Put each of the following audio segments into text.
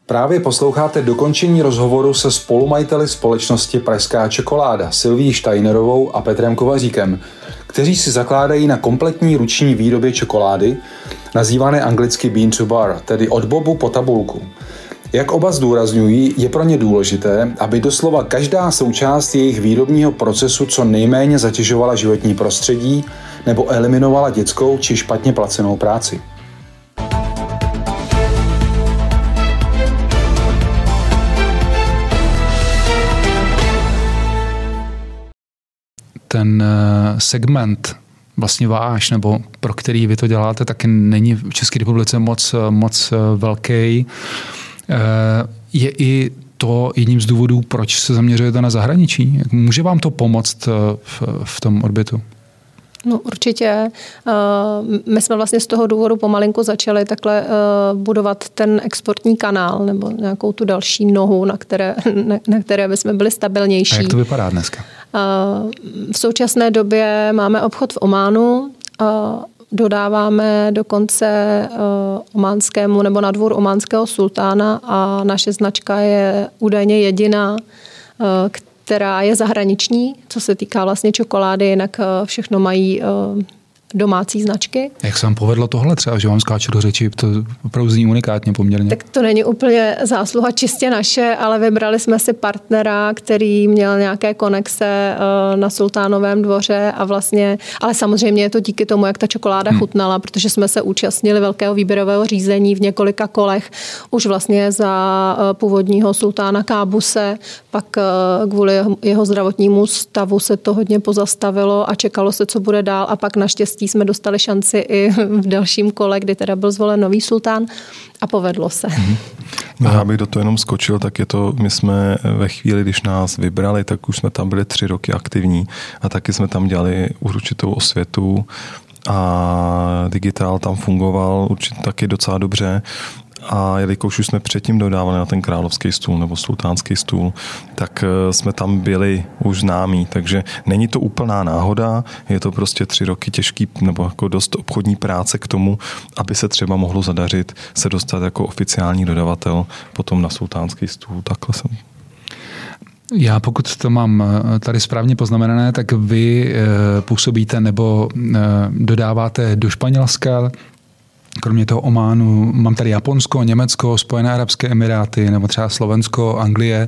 Právě posloucháte dokončení rozhovoru se spolumajiteli společnosti Pražská čokoláda Silví Steinerovou a Petrem Kovaříkem, kteří si zakládají na kompletní ruční výrobě čokolády, nazývané anglicky bean to bar, tedy od bobu po tabulku. Jak oba zdůrazňují, je pro ně důležité, aby doslova každá součást jejich výrobního procesu co nejméně zatěžovala životní prostředí nebo eliminovala dětskou či špatně placenou práci. Ten segment vlastně váš, nebo pro který vy to děláte, taky není v České republice moc velký. Je i to jedním z důvodů, proč se zaměřujete na zahraničí? Může vám to pomoct v tom odbytu? No určitě. My jsme vlastně z toho důvodu pomalinku začali takhle budovat ten exportní kanál nebo nějakou tu další nohu, na které bychom byli stabilnější. A jak to vypadá dneska? V současné době máme obchod v Ománu, dodáváme dokonce ománskému nebo na dvůr ománského sultána a naše značka je údajně jediná, která je zahraniční, co se týká vlastně čokolády, jinak všechno mají domácí značky. Jak se vám povedlo tohle třeba, že vám skáču do řeči, to opravdu zní unikátně poměrně. Tak to není úplně zásluha čistě naše, ale vybrali jsme si partnera, který měl nějaké konexe na Sultánovém dvoře a vlastně, ale samozřejmě je to díky tomu, jak ta čokoláda chutnala, protože jsme se účastnili velkého výběrového řízení v několika kolech, už vlastně za původního sultána Kábuse, pak kvůli jeho zdravotnímu stavu se to hodně pozastavilo a čekalo se, co bude dál a pak naštěstí jsme dostali šanci i v dalším kole, kdy teda byl zvolen nový sultán a povedlo se. No, já bych do toho jenom skočil, tak je to, my jsme ve chvíli, když nás vybrali, tak už jsme tam byli 3 roky aktivní a taky jsme tam dělali určitou osvětu a digitál tam fungoval určitě taky docela dobře. A jelikož už jsme předtím dodávali na ten královský stůl nebo sultánský stůl, tak jsme tam byli už známí. Takže není to úplná náhoda, je to prostě 3 roky těžký nebo jako dost obchodní práce k tomu, aby se třeba mohlo zadařit se dostat jako oficiální dodavatel potom na sultánský stůl. Takhle jsem. Já pokud to mám tady správně poznamenané, tak vy působíte nebo dodáváte do Španělska. Kromě toho Ománu mám tady Japonsko, Německo, Spojené arabské emiráty nebo třeba Slovensko, Anglie.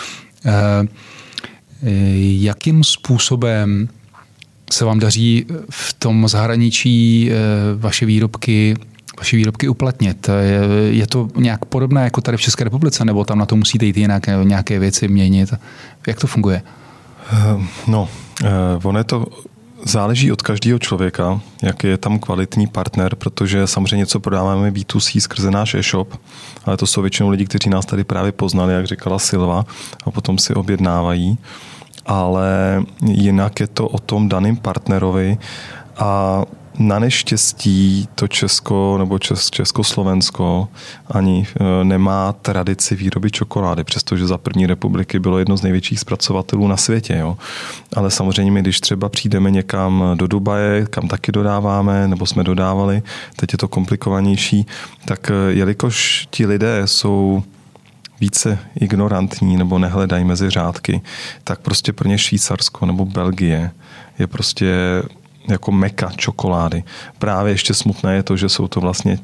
Jakým způsobem se vám daří v tom zahraničí vaše výrobky uplatnit? Je to nějak podobné jako tady v České republice, nebo tam na to musíte jít jinak, nějaké věci měnit? Jak to funguje? Ono je to záleží od každého člověka, jak je tam kvalitní partner, protože samozřejmě něco prodáváme B2C skrze náš e-shop, ale to jsou většinou lidi, kteří nás tady právě poznali, jak říkala Silva, a potom si objednávají. Ale jinak je to o tom daném partnerovi a na neštěstí to Česko nebo Československo ani nemá tradici výroby čokolády, přestože za první republiky bylo jedno z největších zpracovatelů na světě. Jo. Ale samozřejmě my, když třeba přijdeme někam do Dubaje, kam taky dodáváme, nebo jsme dodávali, teď je to komplikovanější, tak jelikož ti lidé jsou více ignorantní nebo nehledají mezi řádky, tak prostě pro ně Švýcarsko nebo Belgie je prostě jako meka čokolády. Právě ještě smutné je to, že jsou to vlastně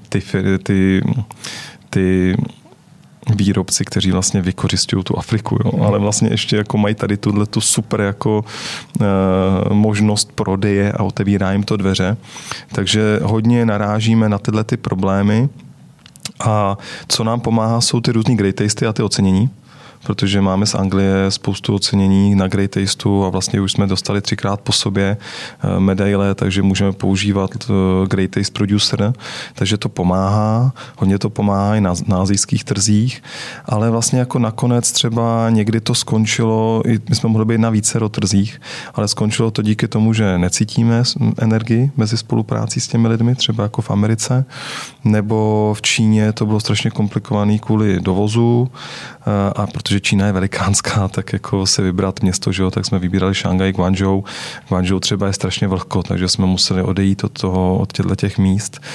ty výrobci, kteří vlastně vykořisťují tu Afriku, jo? Ale vlastně ještě jako mají tady tu super jako možnost prodeje a otevírá jim to dveře. Takže hodně narážíme na tyhle ty problémy a co nám pomáhá, jsou ty různý great tasty a ty ocenění, protože máme z Anglie spoustu ocenění na Great Tasteu a vlastně už jsme dostali 3krát po sobě medaile, takže můžeme používat Great Taste Producer, takže to pomáhá, hodně to pomáhá i na asijských trzích, ale vlastně jako nakonec třeba někdy to skončilo, my jsme mohli být na vícero trzích, ale skončilo to díky tomu, že necítíme energii mezi spoluprácí s těmi lidmi, třeba jako v Americe, nebo v Číně to bylo strašně komplikovaný kvůli dovozu a protože Čína je velikánská, tak jako se vybrat město, že jo, tak jsme vybírali Šangaj, Guangzhou třeba je strašně vlhko, takže jsme museli odejít od těchto míst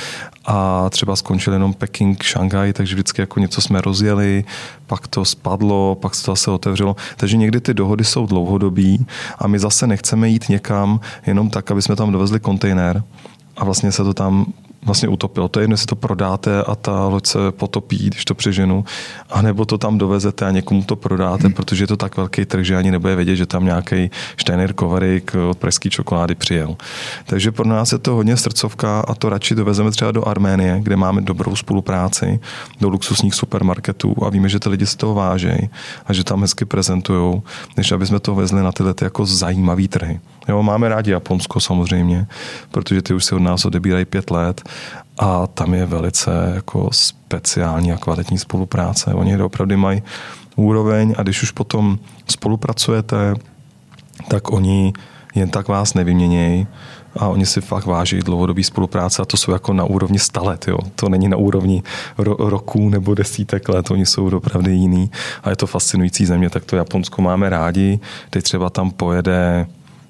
a třeba skončil jenom Peking, Šanghaj, takže vždycky jako něco jsme rozjeli, pak to spadlo, pak se to zase otevřelo. Takže někdy ty dohody jsou dlouhodobí a my zase nechceme jít někam jenom tak, aby jsme tam dovezli kontejner a vlastně se to tam vlastně utopilo. To je jedno, jestli to prodáte a ta loď se potopí, když to přeženu, anebo to tam dovezete a někomu to prodáte, protože je to tak velký trh, že ani nebude vědět, že tam nějaký Steiner Kovarik od pražské čokolády přijel. Takže pro nás je to hodně srdcovka a to radši dovezeme třeba do Arménie, kde máme dobrou spolupráci, do luxusních supermarketů a víme, že ty lidi si toho vážejí a že tam hezky prezentujou, než aby jsme to vezli na tyhle jako zajímavý trhy. Jo, máme rádi Japonsko samozřejmě, protože ty už si od nás odebírají 5 let a tam je velice jako speciální a kvalitní spolupráce. Oni opravdu mají úroveň a když už potom spolupracujete, tak oni jen tak vás nevyměnějí a oni si fakt váží dlouhodobý spolupráce a to jsou jako na úrovni 100 let. Jo. To není na úrovni roků nebo desítek let, oni jsou opravdu jiný a je to fascinující země, tak to Japonsko máme rádi. Teď třeba tam pojede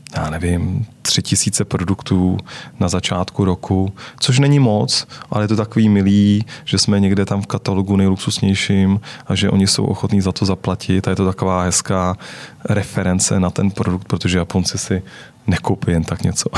3000 produktů na začátku roku, což není moc, ale je to takový milý, že jsme někde tam v katalogu nejluxusnějším a že oni jsou ochotní za to zaplatit a je to taková hezká reference na ten produkt, protože Japonci si nekoupí jen tak něco.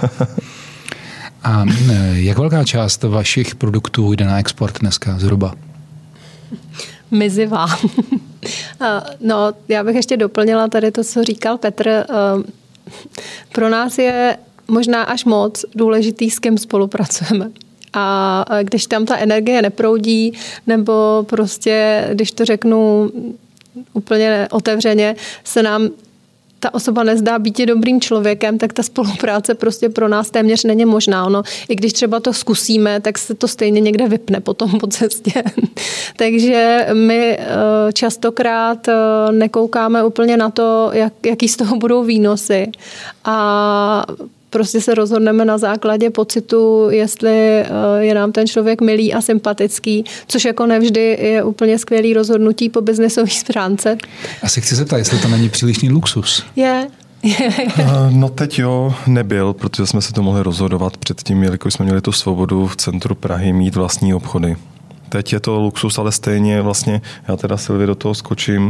A jak velká část vašich produktů jde na export dneska zhruba? Mizivá. No, já bych ještě doplnila tady to, co říkal Petr. Pro nás je možná až moc důležitý, s kým spolupracujeme. A když tam ta energie neproudí, nebo prostě, když to řeknu úplně otevřeně, se nám ta osoba nezdá být dobrým člověkem, tak ta spolupráce prostě pro nás téměř není možná. Ono, i když třeba to zkusíme, tak se to stejně někde vypne potom po cestě. Takže my častokrát nekoukáme úplně na to, jaký z toho budou výnosy. A prostě se rozhodneme na základě pocitu, jestli je nám ten člověk milý a sympatický, což jako nevždy je úplně skvělý rozhodnutí po biznesové stránce. Asi chci se ptát, jestli to není přílišný luxus. Je. No teď jo, nebyl, protože jsme se to mohli rozhodovat předtím, jelikož jsme měli tu svobodu v centru Prahy mít vlastní obchody. Teď je to luxus, ale stejně vlastně, já teda Silvi do toho skočím,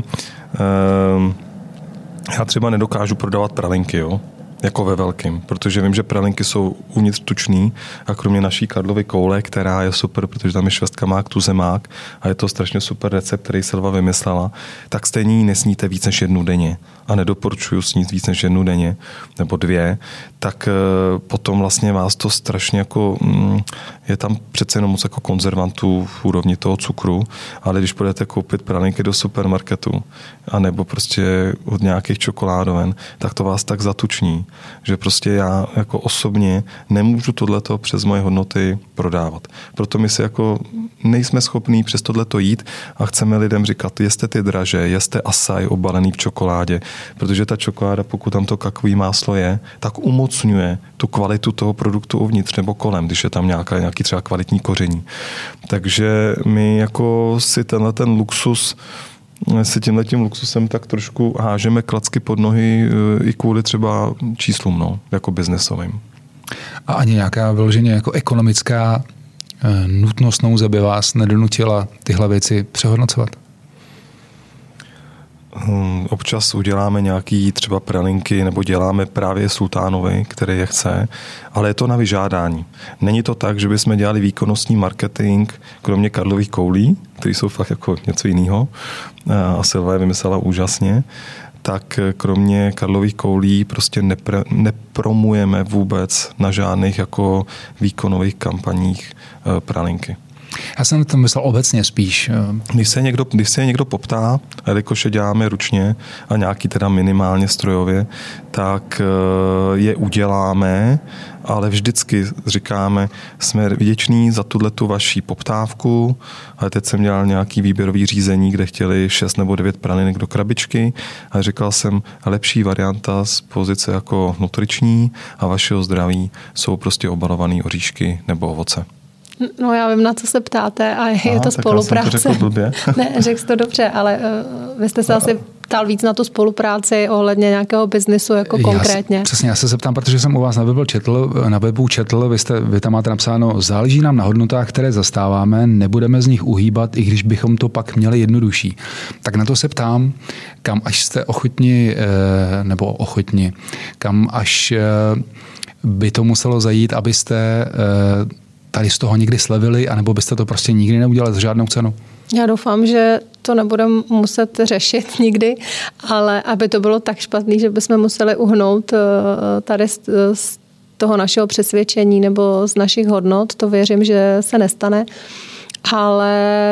já třeba nedokážu prodávat pralinky, jo. Jako ve velkým, protože vím, že pralinky jsou uvnitř tučný a kromě naší Karlovy koule, která je super, protože tam je švestkamák, tuzemák a je to strašně super recept, který Silva vymyslela, tak stejně ji nesníte víc než 1 denně a nedoporučuju snít víc než 1 denně nebo 2, tak potom vlastně vás to strašně jako, je tam přece jenom moc jako konzervantů v úrovni toho cukru, ale když půjdete koupit pralinky do supermarketu a nebo prostě od nějakých čokoládoven, tak to vás tak zatuční, že prostě já jako osobně nemůžu tohleto přes moje hodnoty prodávat. Proto my si jako nejsme schopní přes tohleto jít a chceme lidem říkat, jeste ty draže, jeste asaj obalený v čokoládě, protože ta čokoláda, pokud tam to kakový máslo je, tak umocňuje tu kvalitu toho produktu uvnitř nebo kolem, když je tam nějaký třeba kvalitní koření. Takže my jako si tenhle ten luxus si tímhletím luxusem tak trošku hážeme klacky pod nohy i kvůli třeba číslům, no, jako biznesovým. A ani nějaká vyloženě jako ekonomická nutnost nouze by vás nedonutila tyhle věci přehodnocovat? Občas uděláme nějaký třeba pralinky nebo děláme právě sultánovi, který je chce, ale je to na vyžádání. Není to tak, že bychom dělali výkonnostní marketing, kromě Karlových koulí, které jsou fakt jako něco jiného a Silva je vymyslela úžasně, tak kromě Karlových koulí prostě nepromujeme vůbec na žádných jako výkonových kampaních pralinky. Já jsem to myslel obecně spíš. Když se někdo poptá, jelikož je děláme ručně a nějaký teda minimálně strojově, tak je uděláme, ale vždycky říkáme, jsme vděční za tuhletu vaší poptávku, ale teď jsem dělal nějaký výběrový řízení, kde chtěli 6 nebo 9 pralinek do krabičky a říkal jsem, lepší varianta z pozice jako nutriční a vašeho zdraví jsou prostě obalované oříšky nebo ovoce. No já vím, na co se ptáte a je to spolupráce. Já jsem to řekl blbě. Ne, řekl jsi to dobře, ale vy jste se asi ptal víc na tu spolupráci ohledně nějakého biznisu jako konkrétně. Přesně, já se zeptám, protože jsem u vás na webu četl, vy tam máte napsáno, záleží nám na hodnotách, které zastáváme, nebudeme z nich uhýbat, i když bychom to pak měli jednodušší. Tak na to se ptám, kam až jste ochotni, kam až by to muselo zajít, abyste tady z toho někdy slevili, anebo byste to prostě nikdy neudělali za žádnou cenu? Já doufám, že to nebudeme muset řešit nikdy, ale aby to bylo tak špatný, že bychom museli uhnout tady z toho našeho přesvědčení nebo z našich hodnot, to věřím, že se nestane. Ale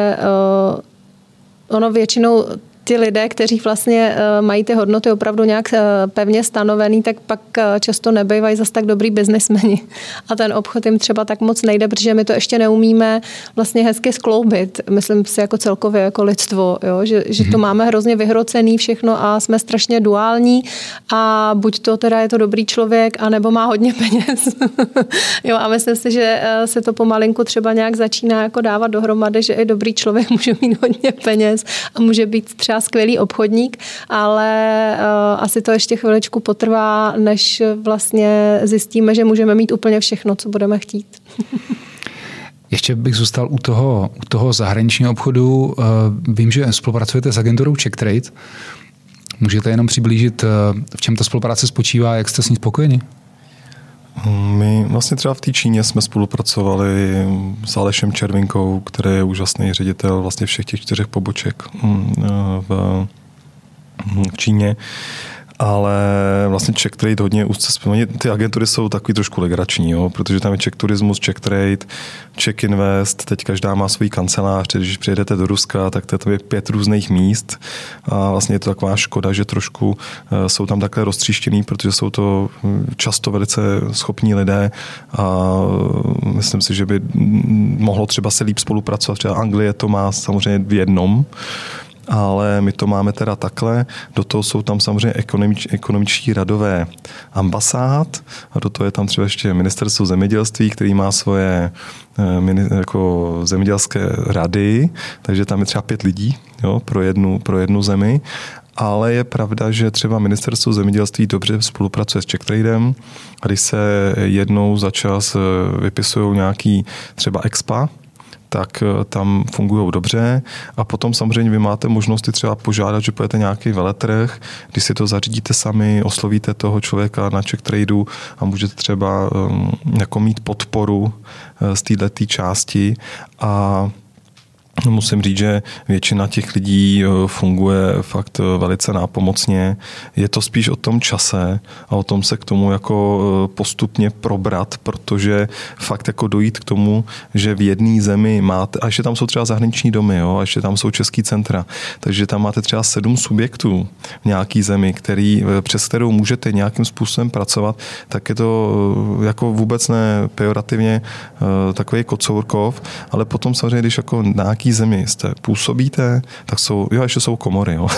ono většinou ty lidé, kteří vlastně mají ty hodnoty opravdu nějak pevně stanovený, tak pak často nebývají zas tak dobrý biznesmeni. A ten obchod jim třeba tak moc nejde, protože my to ještě neumíme vlastně hezky skloubit. Myslím si jako celkově jako lidstvo, jo? Že to máme hrozně vyhrocený všechno a jsme strašně duální a buď to teda je to dobrý člověk, anebo má hodně peněz. Jo, a myslím si, že se to pomalinku třeba nějak začíná jako dávat dohromady, že i dobrý člověk může mít hodně peněz a může být třeba skvělý obchodník, ale asi to ještě chviličku potrvá, než vlastně zjistíme, že můžeme mít úplně všechno, co budeme chtít. Ještě bych zůstal u toho zahraničního obchodu. Vím, že spolupracujete s agenturou CzechTrade. Můžete jenom přiblížit, v čem ta spolupráce spočívá, jak jste s ní spokojeni? My vlastně třeba v té Číně jsme spolupracovali s Alešem Červinkou, který je úžasný ředitel vlastně všech těch 4 poboček v Číně. Ale vlastně CzechTrade hodně úzce spojení. Ty agentury jsou takový trošku legrační, jo? Protože tam je Czech Turismus, CzechTrade, Czech Invest, teď každá má svůj kancelář, když přijedete do Ruska, tak to je 5 různých míst a vlastně je to taková škoda, že trošku jsou tam takhle roztříštěný, protože jsou to často velice schopní lidé a myslím si, že by mohlo třeba se líp spolupracovat. Třeba Anglie to má samozřejmě v jednom, ale my to máme teda takhle. Do toho jsou tam samozřejmě ekonomičtí radové ambasád a do toho je tam třeba ještě ministerstvo zemědělství, který má svoje jako zemědělské rady, takže tam je třeba 5 lidí, jo, pro jednu zemi. Ale je pravda, že třeba ministerstvo zemědělství dobře spolupracuje s CzechTradem a když se jednou za čas vypisují nějaký třeba expa, tak tam fungují dobře a potom samozřejmě vy máte možnosti třeba požádat, že pojete nějaký veletrh, když si to zařídíte sami, oslovíte toho člověka na CzechTradeu a můžete třeba jako mít podporu z této části a musím říct, že většina těch lidí funguje fakt velice nápomocně. Je to spíš o tom čase a o tom se k tomu jako postupně probrat, protože fakt jako dojít k tomu, že v jedné zemi máte, a ještě tam jsou třeba zahraniční domy, jo, a ještě tam jsou český centra, takže tam máte třeba 7 subjektů v nějaký zemi, přes kterou můžete nějakým způsobem pracovat, tak je to jako vůbec ne pejorativně takový kocourkov, ale potom samozřejmě, když jako nějaký zemi působíte, tak ještě jsou komory, jo.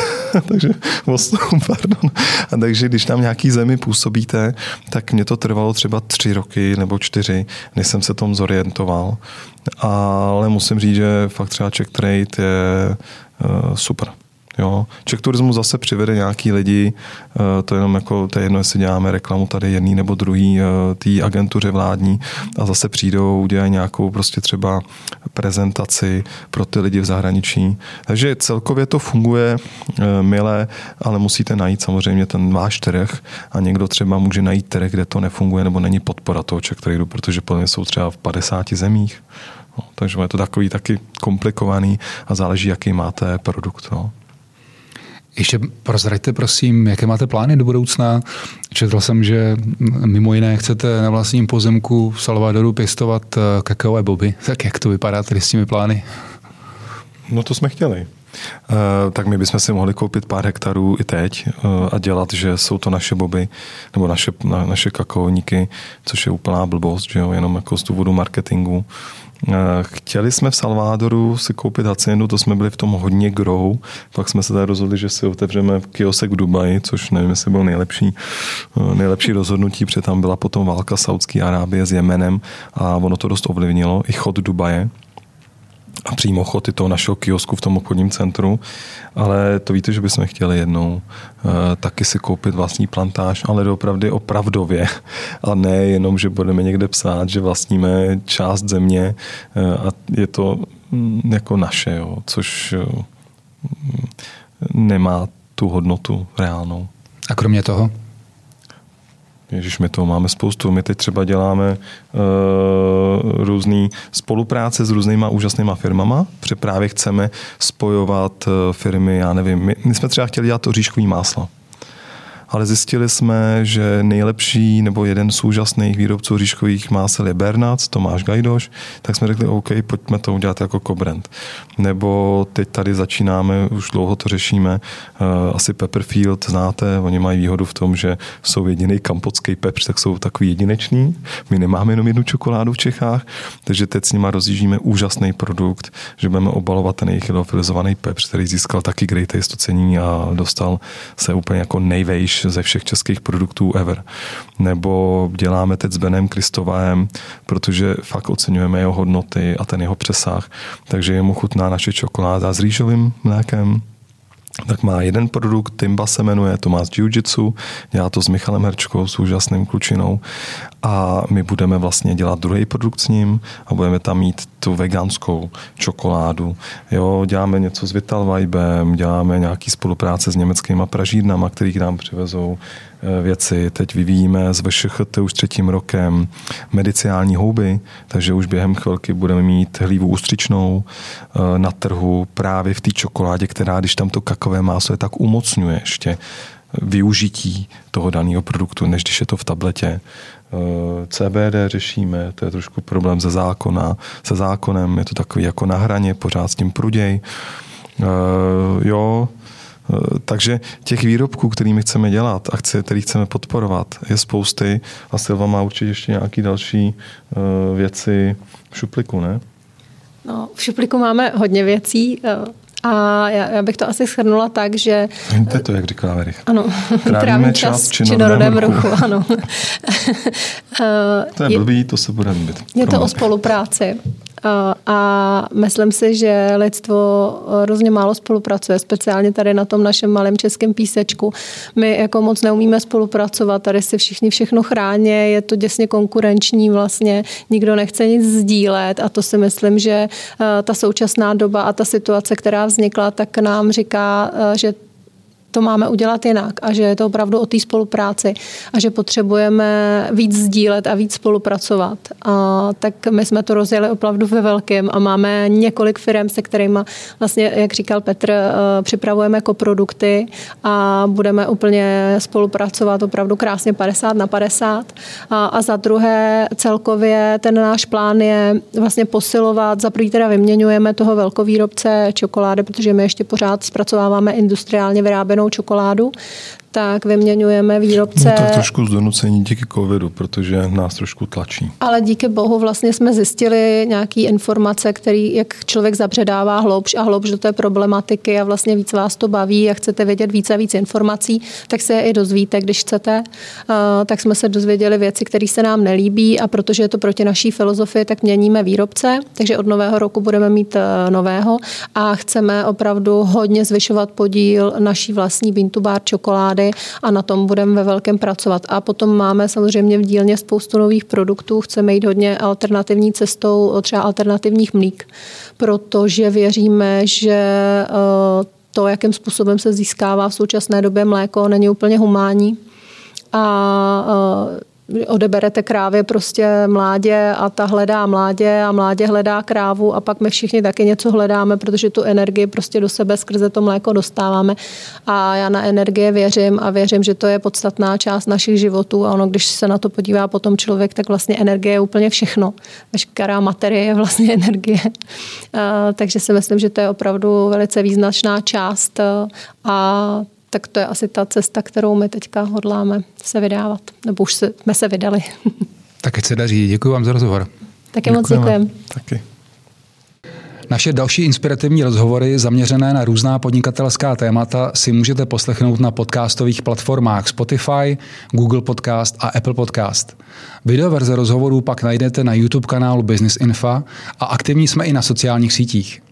Takže když tam nějaký zemi působíte, tak mě to trvalo třeba 3 roky nebo 4, než jsem se tom zorientoval. Ale musím říct, že fakt třeba CzechTrade je super. Jo. Czech Turismus zase přivede nějaký lidi, to je jenom jako, to je jedno, jestli děláme reklamu tady jedný nebo druhý té agentuře vládní a zase přijdou, udělají nějakou prostě třeba prezentaci pro ty lidi v zahraničí. Takže celkově to funguje milé, ale musíte najít samozřejmě ten váš trh a někdo třeba může najít trh, kde to nefunguje nebo není podpora toho CzechTradeu, protože podle mě jsou třeba v 50 zemích. No, takže je to takový taky komplikovaný a záleží, jaký máte produkt. No. Ještě prozraďte, prosím, jaké máte plány do budoucna. Četl jsem, že mimo jiné chcete na vlastním pozemku v Salvadoru pěstovat kakaové boby. Tak jak to vypadá tady s těmi plány? No to jsme chtěli. Tak my bychom si mohli koupit pár hektarů i teď a dělat, že jsou to naše boby nebo naše kakaoníky, což je úplná blbost, že jo, jenom jako z důvodu marketingu. Chtěli jsme v Salvadoru si koupit haciendu, to jsme byli v tom hodně grow, pak jsme se tady rozhodli, že si otevřeme kiosek v Dubaji, což nevím, jestli byl nejlepší rozhodnutí, protože tam byla potom válka Saudské Arábie s Jemenem a ono to dost ovlivnilo, i chod Dubaje. a přímo chod i toho našeho kiosku v tom obchodním centru, ale to víte, že bychom chtěli jednou taky si koupit vlastní plantáž, ale opravdově a ne jenom, že budeme někde psát, že vlastníme část země a je to jako naše, jo, což nemá tu hodnotu reálnou. A kromě toho? Ježiš, my toho máme spoustu. My teď třeba děláme různé spolupráce s různýma úžasnýma firmama, protože právě chceme spojovat firmy, já nevím, my jsme třeba chtěli dělat oříškový máslo. Ale zjistili jsme, že nejlepší nebo jeden z úžasných výrobců oříškových másel je Bernac, Tomáš Gajdoš, tak jsme řekli, OK, pojďme to udělat jako co-brand. Nebo teď tady začínáme, už dlouho to řešíme, asi Pepperfield, znáte, oni mají výhodu v tom, že jsou jediný kampotský pepř, tak jsou takový jedinečný. My nemáme jenom jednu čokoládu v Čechách, takže teď s nima rozjíždíme úžasný produkt, že budeme obalovat ten jejich liofilizovaný pepř, který získal taky Great Taste ocenění a dostal se úplně jako nejvejš ze všech českých produktů ever. Nebo děláme teď s Benem Kristovajem, protože fakt oceňujeme jeho hodnoty a ten jeho přesah. Takže jemu chutná naše čokoláda s rýžovým mlékem. Tak má jeden produkt, Timba se jmenuje, to má z jiu-jitsu, dělá to s Michalem Herčkou, s úžasným klučinou a my budeme vlastně dělat druhý produkt s ním a budeme tam mít tu veganskou čokoládu. Jo, děláme něco s Vital Vibem, děláme nějaký spolupráce s německýma pražírnama, který k nám přivezou věci. Teď vyvíjíme z VŠCHT už 3. rokem mediciální houby, takže už během chvilky budeme mít hlívu ústřičnou na trhu právě v té čokoládě, která, když tam to kakové máslo je, tak umocňuje ještě využití toho daného produktu, než když je to v tabletě. CBD řešíme, to je trošku problém se zákonem, je to takový jako na hraně, pořád s tím pruděj. Takže těch výrobků, kterými chceme dělat a který chceme podporovat, je spousty a Silva má určitě ještě nějaké další věci v šupliku, ne? No, v šupliku máme hodně věcí a já bych to asi shrnula tak, že... Hňte to, jak říká Verich. Ano, trávíme čas v činorodém ruchu. Ano. To je blbý, to se bude líbit. Je to o spolupráci. A myslím si, že lidstvo hrozně málo spolupracuje, speciálně tady na tom našem malém českém písečku. My jako moc neumíme spolupracovat, tady si všichni všechno chrání, je to děsně konkurenční vlastně, nikdo nechce nic sdílet a to si myslím, že ta současná doba a ta situace, která vznikla, tak nám říká, že to máme udělat jinak a že je to opravdu o té spolupráci a že potřebujeme víc sdílet a víc spolupracovat. A tak my jsme to rozjeli opravdu ve velkém a máme několik firem, se kterými vlastně, jak říkal Petr, připravujeme koprodukty a budeme úplně spolupracovat opravdu krásně 50/50. A za druhé celkově ten náš plán je vlastně posilovat, za první teda vyměňujeme toho velkovýrobce čokolády, protože my ještě pořád zpracováváme industriálně vyráběnou čokoládu, tak vyměňujeme výrobce. No to trošku z donucení díky covidu, protože nás trošku tlačí. Ale díky bohu vlastně jsme zjistili nějaké informace, který, jak člověk zabředává hloubš a hloubš do té problematiky a vlastně víc vás to baví a chcete vědět víc a víc informací, tak se je i dozvíte, když chcete. Tak jsme se dozvěděli věci, které se nám nelíbí a protože je to proti naší filozofii, tak měníme výrobce, takže od nového roku budeme mít nového a chceme opravdu hodně zvyšovat podíl naší vlastní bean to bar čokolády a na tom budeme ve velkém pracovat. A potom máme samozřejmě v dílně spoustu nových produktů, chceme jít hodně alternativní cestou, třeba alternativních mlík, protože věříme, že to, jakým způsobem se získává v současné době mléko, není úplně humánní a odeberete krávě prostě mládě a ta hledá mládě a mládě hledá krávu a pak my všichni taky něco hledáme, protože tu energii prostě do sebe skrze to mléko dostáváme a já na energie věřím a věřím, že to je podstatná část našich životů a ono, když se na to podívá potom člověk, tak vlastně energie je úplně všechno. Veškerá materie je vlastně energie. Takže si myslím, že to je opravdu velice význačná část a tak to je asi ta cesta, kterou my teďka hodláme se vydávat. Nebo už jsme se vydali. Tak ať se daří. Děkuji vám za rozhovor. Taky moc děkujem. Taky. Naše další inspirativní rozhovory zaměřené na různá podnikatelská témata si můžete poslechnout na podcastových platformách Spotify, Google Podcast a Apple Podcast. Videoverze rozhovorů pak najdete na YouTube kanálu Business Info a aktivní jsme i na sociálních sítích.